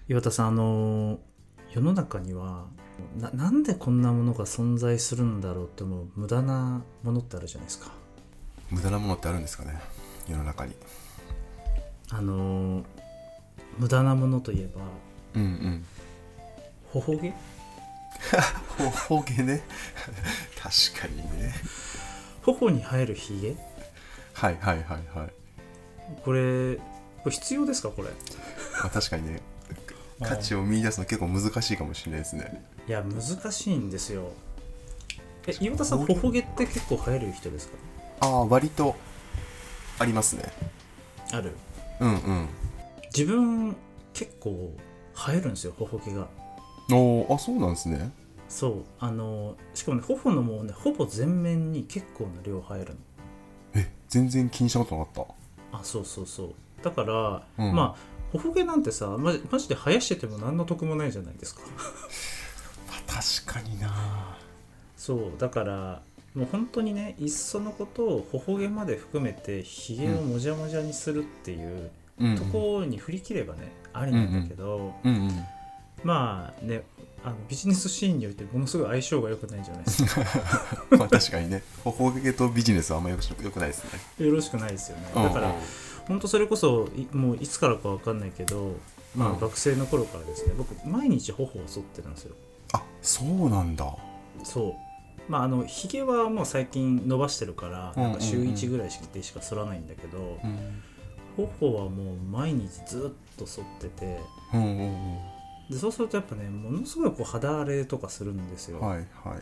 岩田さん、世の中にはなんでこんなものが存在するんだろうって思う無駄なものってあるじゃないですか。 無駄なものってあるんですかね、世の中に。 あの無駄なものといえばうんうん。 頬毛。 頬毛ね。確かにね。 頬に生えるひげ。 はいはいはいはい。 これ必要ですかこれ。 確かにね、価値うを見出すの結構難しいかもしれないですね。 ん、いや難しいんですよ。岩田さん頬毛、 頬毛って結構生える人ですか？ 割とありますね。 ある。 うんうん。 自分結構生えるんですよ頬毛が。 そうなんですね。 そうしかもね頬のもうねほぼ全面に結構な量生えるの。 全然気にしたことなかっそうそうそう。だからた。うん。 まあ頬毛なんてさ、マジで生やしてても何の得もないじゃないですか。 確かにな。 そうだからもう本当にね、いっそのことを頬毛まで含めてひげをもじゃもじゃにするっていううんうんところに振り切ればね、ありうんうなんだんけど、 うんうん。 まあね、ビジネスシーンにおいてものすごい相性が良くないじゃないですか。 確かにね、頬毛とビジネスはあんまよくないですね。 よろしくないですよね。 うんうん。 だから本当それこそもういつからか分かんないけど、まあうん、 学生の頃からですね、僕毎日頬を剃ってるんですよ。 そうなんだ。 そうまあひげはもう最近伸ばしてるからうんうんうん。 なんか週1ぐらいでしか剃らないんだけど、 うん。 頬はもう毎日ずっと剃ってて、 うんうんうん。 でそうするとやっぱねものすごいこう肌荒れとかするんですよ。 はいはいはい。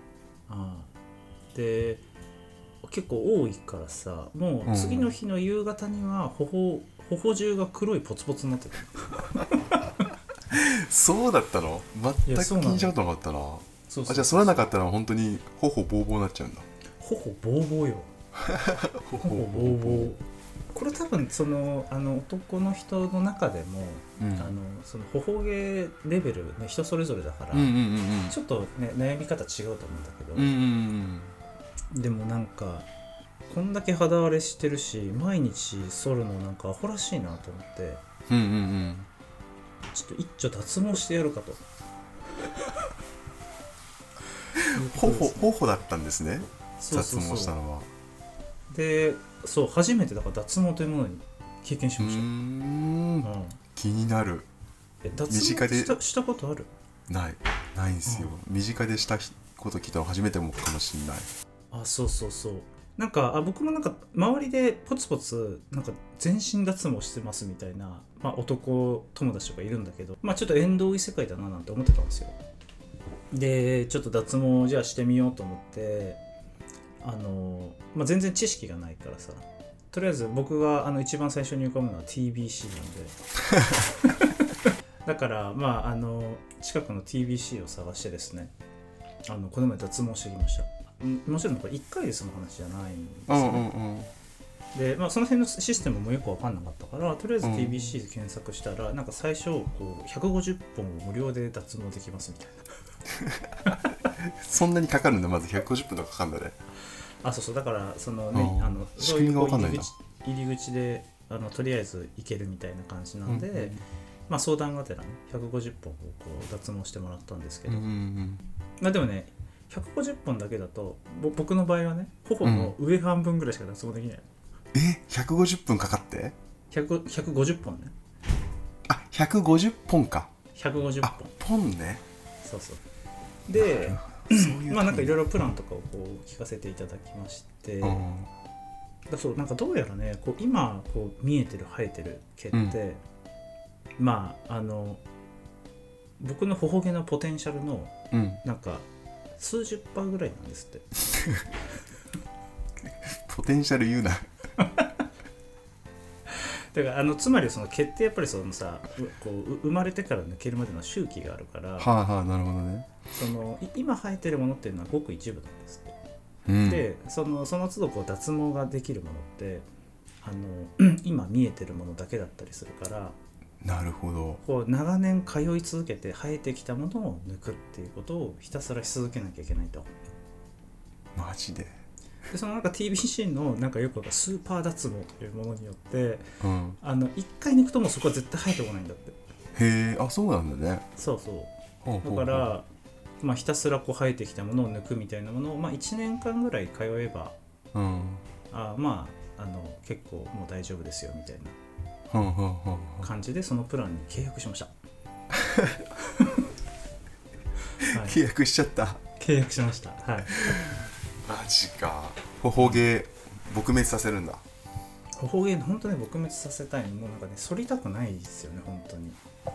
で結構多いからさ、もう次の日の夕方には頬中が黒いポツポツになってる。 そうだったの？ いや全く気にしそうなのよ。 たことなかったな。じゃあそうそうそうそう。 剃らなかったら本当に頬ボーボーになっちゃうんだ。 頬ボーボーよ。頬ボーボー。これ多分男の人の中でも、 うん。 その頬毛レベル、ね、人それぞれだから、 うんうんうんうん。 ちょっと、ね、悩み方違うと思うんだけど、 うんうんでもなんかこんだけ肌荒れしてるし毎日剃るのなんかアホらしいなと思って、 うん。うんうんうん。 ちょっと一丁脱毛してやるかということですね。 頬だったんですね。脱そうそうそう。 毛したのは。 でそう初めてだから脱毛というものに経験しました。 気になる。 脱毛身近でしたことある？ ないんですよ。身近でしたこと聞いたの初めてもかもしれない。 そうそうそう。なんか僕もなんか周りでポツポツなんか全身脱毛してますみたいな、男友達とかいるんだけど、ちょっと縁遠い世界だななんて思ってたんですよ。でちょっと脱毛じゃあしてみようと思って、全然知識がないからさ、とりあえず僕が一番最初に浮かぶのは TBC なんでだから近くの TBC を探してですね、この前脱毛してきました。もちろんこれ1回で済む話じゃないんですよね。で、その辺のシステムもよく分かんなかったから、とりあえず TBC で検索したら、なんか最初こう150本を無料で脱毛できますみたいそんなにかかるんだ。まず150分とかかかるんだね。 な。そうそう。だからそのね、 仕組みが分かんないな。 入り口でとりあえず行けるみたいな感じなんで、相談がてらね150本をこう脱毛してもらったんですけど、でもね150本だけだと僕の場合はね頬の上半分ぐらいしか脱毛できない。 150分かかって 150本ね。 150本か。 150本。 ポンね。 そうそうでそういうなんかいろいろプランとかをこう聞かせていただきまして、そうなんかどうやらねこう今こう見えてる生えてる毛って、僕の頬毛のポテンシャルのなんか数十パーぐらいなんですって。 ポテンシャル言うな。 だからつまりその毛ってやっぱりそのさこう生まれてから抜けるまでの周期があるから、 なるほどね。 その今生えてるものっていうのはごく一部なんですって。でその都度こう脱毛ができるものって今見えてるものだけだったりするから、 なるほど。 こう長年通い続けて生えてきたものを抜くっていうことをひたすらし続けなきゃいけないと。 マジで。 でそのなんか TBC のなんかよくわかるスーパー脱毛というものによって、一回抜くともうそこは絶対生えてこないんだって。 へえ、あ、そうなんだね。 そうそうほうほうほう。 だから、まあ、ひたすらこう生えてきたものを抜くみたいなものを、まあ、1年間ぐらい通えば、 うん。 まあ結構もう大丈夫ですよみたいほうほうほうほな感じでそのプランに契約しました。はう。 い、 契約しちゃった。 契約しました。はい。 マジか。ほほげ撲滅させるんだ。 ほほげ本当ね撲滅させたいのもうなんかね反りたくないですよね本当に。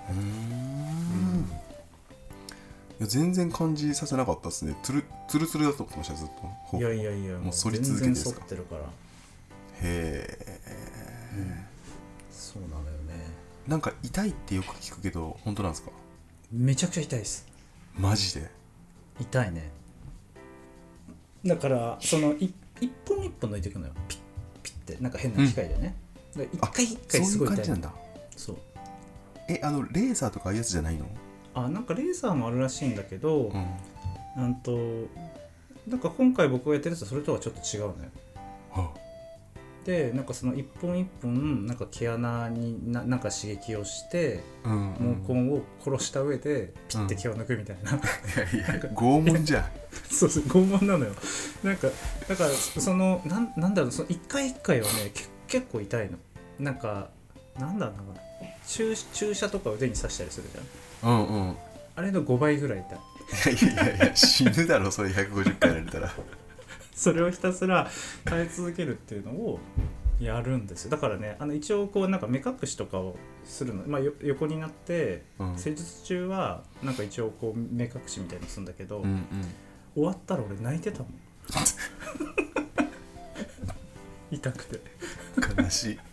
いや全然感じさせなかったですね。ツルツルだと思ってましたずっと。 いやいやいやもう反り続けてですか。 全然反ってるから。 へえ、 そうなのよね。 なんか痛いってよく聞くけど本当なんですか？ めちゃくちゃ痛いです。 マジで？ 痛いね。だからその一本一本抜いていくのよ。ピッピッってなんか変な機械でね。一回一回すごい痛い。 そういう感じなんだ。 そう。 レーザーとかああいうやつじゃないの？ なんかレーザーもあるらしいんだけど、 うん。 なんか今回僕がやってるやつはそれとはちょっと違うのよ。 はでなんかその一本一本なんか毛穴になんか刺激をしてあ、うん毛根を殺した上でピッて毛を抜くみたいな、 いやいや拷問じゃん。 そうそう拷問なのよ。なんかだからそのなんだろうその一回一回はね結構痛いの。なんかなんだろうな注射とか腕に刺したりするじゃん。 うんうん。 あれの5倍ぐらい痛い。 いやいやいや死ぬだろそれ150回やられたら。 それをひたすら耐え続けるっていうのをやるんですよ。だからね一応こうなんか目隠しとかをするの、まあ、横になって、施術中はなんか一応こう目隠しみたいなのするんだけど、終わったら俺泣いてたもん。痛くて悲しい。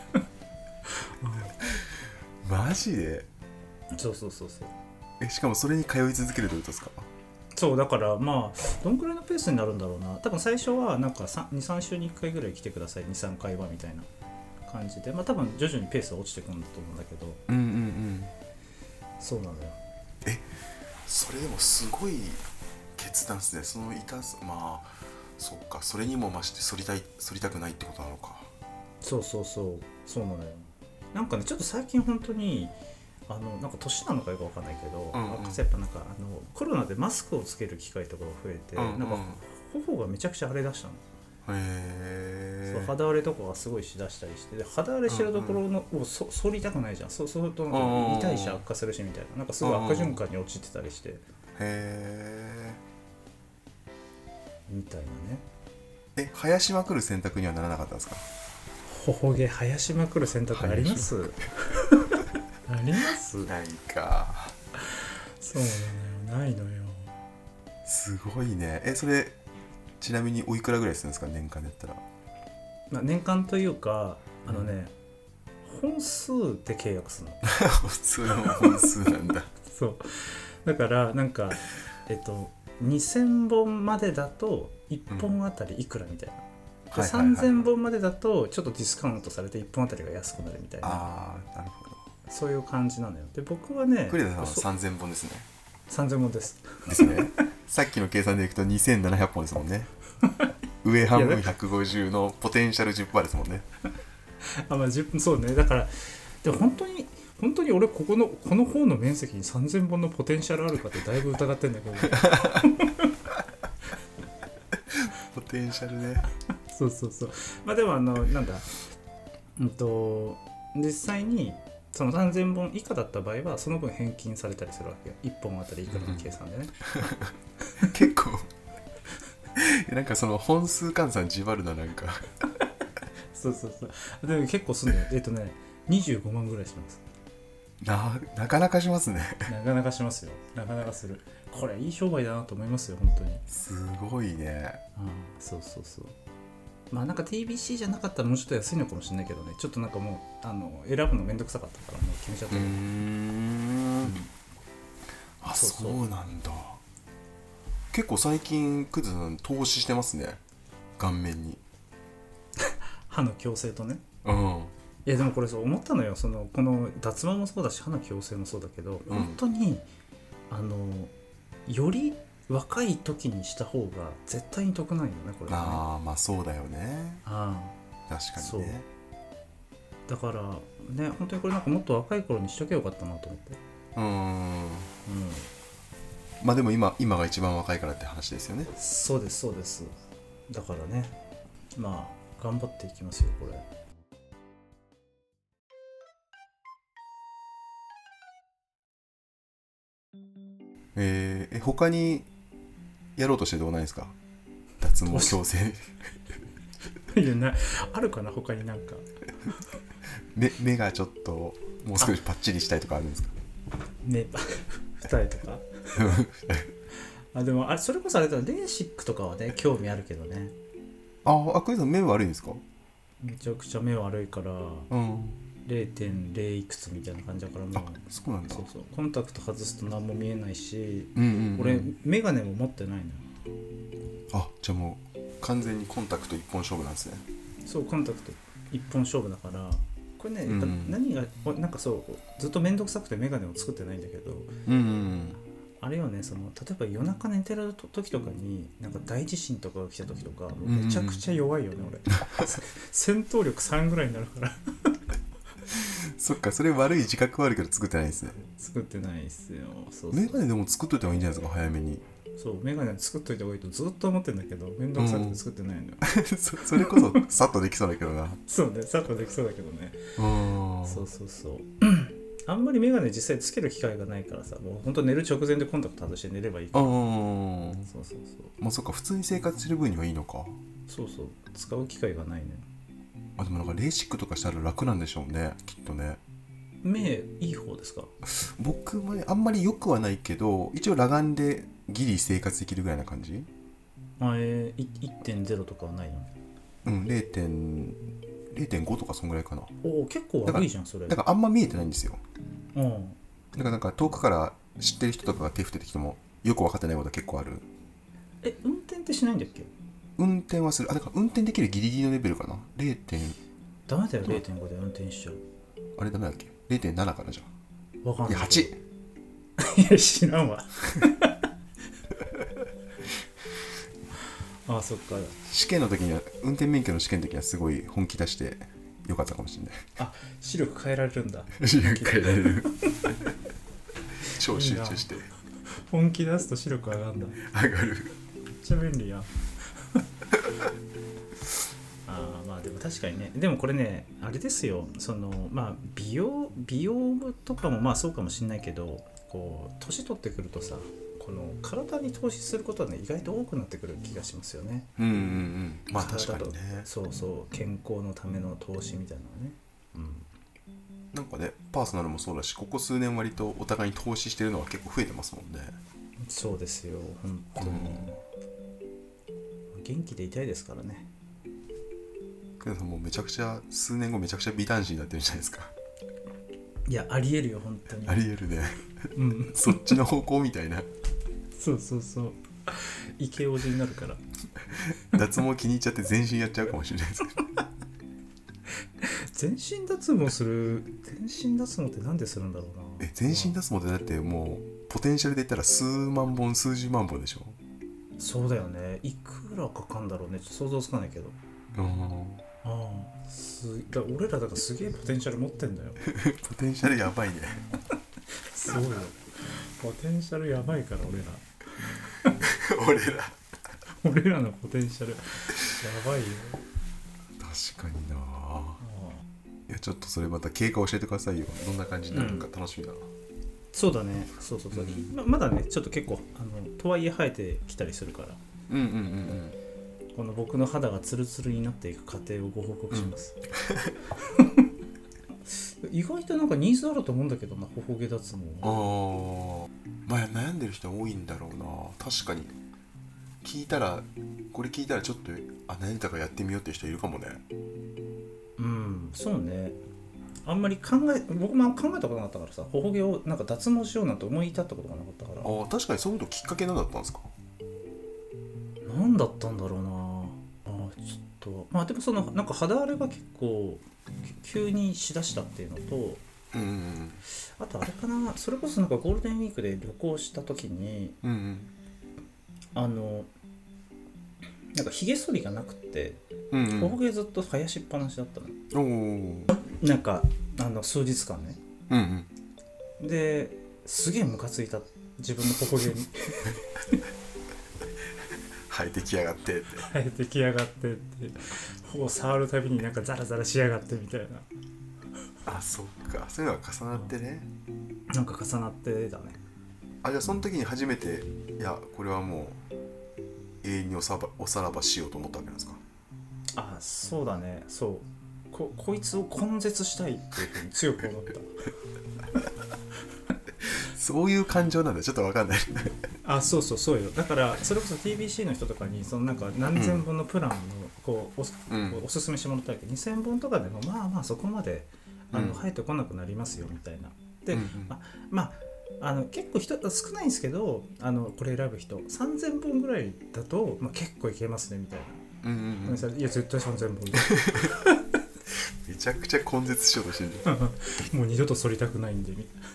マジで？ そうそうしかもそれに通い続けるってことですか？ そうだからまあどんくらいのペースになるんだろうな。多分最初はなんか 2,3 週に1回ぐらい来てください 2,3 回はみたいな感じで、まあ多分徐々にペースは落ちてくるんだと思うんだけど、そうなのよ。 それでもすごい決断ですね。その痛さ、まあそっか、それにも増して反りたくないってことなのか。 そうなのよ。なんかねちょっと最近本当になんか年なのかよくわかんないけど、やっぱなんかコロナでマスクをつける機会とかが増えて、なんか頬がめちゃくちゃ荒れだしたの。そう肌荒れとかがすごいしだしたりして、で肌荒れしてるところのを反りたくないじゃん。そうするとなんか痛いし悪化するしみたいな、なんかすごい悪循環に陥ってたりして、みたいなね。 生やしまくる選択にはならなかったんですか？ 頬毛生やしまくる選択あります？あります？ ないか。 そうなのよ、ないのよ。 すごいね。それちなみにおいくらぐらいするんですか、年間でやったら？ まあ、年間というか本数で契約するの。 普通の本数なんだ。 そうだからなんか2000本までだと1本あたりいくらみたいな、3000本までだとちょっとディスカウントされて1本あたりが安くなるみたいな。 なるほど。 そういう感じなのよ。で僕はね、 クレダさんは3000本ですね。 3000本ですね。さっきの計算でいくと2700本ですもんね。上半分150のポテンシャル 10% ですもんね。 まあ10そうね。だからでも本当に俺この方の面積に3000本のポテンシャルあるかってだいぶ疑ってんだけど。 ポテンシャルね。 そうまあでもなんだ実際にその3000本以下だった場合はその分返金されたりするわけよ。1本あたりいくらの計算でね。 結構なんかその本数換算じわるな、なんか。 そうでも結構すんのよ。25万ぐらいします。 なかなかしますね。 なかなかしますよ。なかなかする。これいい商売だなと思いますよ本当に。 すごいね。 そうまあなんか TBC じゃなかったらもうちょっと安いのかもしれないけどね。ちょっとなんかもう選ぶのめんどくさかったからもう決めちゃったけど。 そうなんだ。結構最近クズさん投資してますね、顔面に。 歯の矯正とね。 いやでもこれそう思ったのよ。この脱毛もそうだし歯の矯正もそうだけど、本当により若い時にした方が絶対に得ないよねこれね。 まあそうだよね。確かにね。 だからね、本当にこれなんかもっと若い頃にしとけばよかったなと思って。 まあでも今が一番若いからって話ですよね。 そうですそうです。だからね、まあ頑張っていきますよこれ。 他にやろうとしてどうないですか、脱毛矯正いやな、あるかな他になんか目がちょっともう少しパッチリしたいとかあるんですか？ ね二重とかあ、でもあれ、それこそあれだ、レーシックとかはね興味あるけどね。 クイズの目悪いんですか？ めちゃくちゃ目悪いから、 うん。 0.0 いくつみたいな感じだからもう。 そうなんだ。 そうそう、コンタクト外すと何も見えないし、 うんうんうん、 俺メガネも持ってないのよ。 じゃあもう完全にコンタクト一本勝負なんですね。 そう、コンタクト一本勝負だからこれね、やっぱうん、 何がなんかそうずっと面倒くさくてメガネを作ってないんだけど、 うんうん、 あれよね、その例えば夜中寝てる時とかになんか大地震とかが来た時とか、もうめちゃくちゃ弱いよね、俺戦闘力3ぐらいになるからそっか、それ悪い自覚はあるけど作ってないですね。 作ってないっすよ。そうそう、 メガネでも作っといた方がいいんじゃないですか、早めに。 そうメガネ作っといた方がいいとずっと思ってんだけど、面倒くさくて作ってないのよ、 それこそさっとできそうだけどな。 そうね、さっとできそうだけどね。そうそうそうあんまりメガネ実際つける機会がないからさ、もうほんと寝る直前でコンタクト外して寝ればいいから。そうそうそう。 まあそっか、普通に生活してる分にはいいのか。 そうそう、使う機会がないね。 でもなんかレーシックとかしたら楽なんでしょうね、きっとね。 目いい方ですか？ 僕もね、あんまり良くはないけど、一応裸眼でギリ生活できるぐらいな感じ。 1.0 とかはないの？ うん、0.5 とかそんぐらいかな。 おお、結構悪いじゃんそれ。 だからあんま見えてないんですよ。 うん。 だからなんか遠くから知ってる人とかが手振っててきてもよく分かってないことは結構ある。 運転ってしないんだっけ？ 運転はする。だから運転できるギリギリのレベルかな。0. ダメだよ、0.5 で運転しちゃう。 あれダメだっけ？ 0.7 かな、じゃあ。 わかんない。 いや、8。 いや、知らんわあ、そっか。 試験の時には、運転免許の試験の時にはすごい本気出してよかったかもしれない。 あ、視力変えられるんだ。 視力変えられる。超集中して。 本気出すと視力上がるんだ。 上がる。 めっちゃ便利やまあでも確かにね。でもこれね、あれですよ、そのまあ美容とかもまあそうかもしれないけど、こう年取ってくるとさ、この体に投資することはね、意外と多くなってくる気がしますよね。 まあ確かにね。 そうそう、健康のための投資みたいなのね。 なんかね、パーソナルもそうだし、ここ数年割とお互いに投資してるのは結構増えてますもんね。 そうですよ、本当に。元気でいたいですからね。 クネさんもうめちゃくちゃ数年後めちゃくちゃ美男子になってるじゃないですか。 いや、ありえるよ本当に。 ありえるね。そっちの方向みたいな。 そうそうそう、イケオジになるから脱毛気に入っちゃって全身やっちゃうかもしれないですけど全身脱毛ってなんでするんだろうな。 全身脱毛ってだってもうポテンシャルで言ったら数万本数十万本でしょ。 そうだよね、いくらかかんだろうね、ちょっと想像つかないけど。俺らだからすげえポテンシャル持ってんだよポテンシャルやばいねそうよ、ポテンシャルやばいから俺らのポテンシャルやばいよ。 確かにな。いやちょっとそれまた経過教えてくださいよ。どんな感じになるのか楽しみだな。 そうだね、そう、まだねちょっと結構とはいえ生えてきたりするから、この僕の肌がツルツルになっていく過程をご報告します、意外となんかニーズあると思うんだけどな、頬毛脱毛。 まあ悩んでる人は多いんだろうな。確かにこれ聞いたらちょっと悩んだからやってみようっていう人いるかもね。 そうね。あんまり僕も考えたことなかったからさ、頬毛をなんか脱毛しようなんて思い至ったことがなかったから。 確かにそういうのきっかけなんだったんですか？ 何だったんだろうな。ちょっとまあでもそのなんか肌荒れが結構急にしだしたっていうのと、あとあれかな、それこそなんかゴールデンウィークで旅行した時に、なんかひげ剃りがなくて、頬毛ずっと生やしっぱなしだったの。 なんか数日間ね、 うんうん。 ですげえムカついた、自分のここ毛にはい、出来上がってって。 生えてきやがってって、こう触るたびになんかザラザラしやがってみたいな、 あ、そっか、そういうのが重なってね。 なんか重なってたね。 あ、じゃあその時に初めて、いやこれはもう永遠におさらばしようと思ったわけなんですか？ あ、そうだね、そう、こいつを根絶したいっていうふうに強く思ったそういう感情なんだ、ちょっと分かんないあ、そうそうそうよ。だからそれこそ TBC の人とかにそのなんか何千本のプランのこうおすすめしてもらったけど、2000本とかでもまあまあそこまで生えてこなくなりますよみたいな。で、まあ結構人少ないんですけど、これ選ぶ人3000本ぐらいだと、まあ、結構いけますねみたいな。いや絶対3000本めちゃくちゃ根絶しようとしてるじゃんもう二度と反りたくないんでみたいな。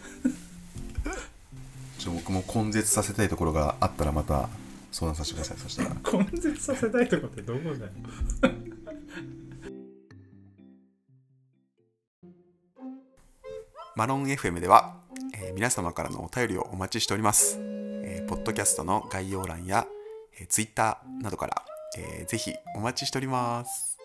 僕も根絶させたいところがあったらまた相談させてください。そしたら根絶させたいとこってどこだよマロン FM では、皆様からのお便りをお待ちしております。ポッドキャストの概要欄や、Twitter などから、ぜひお待ちしております。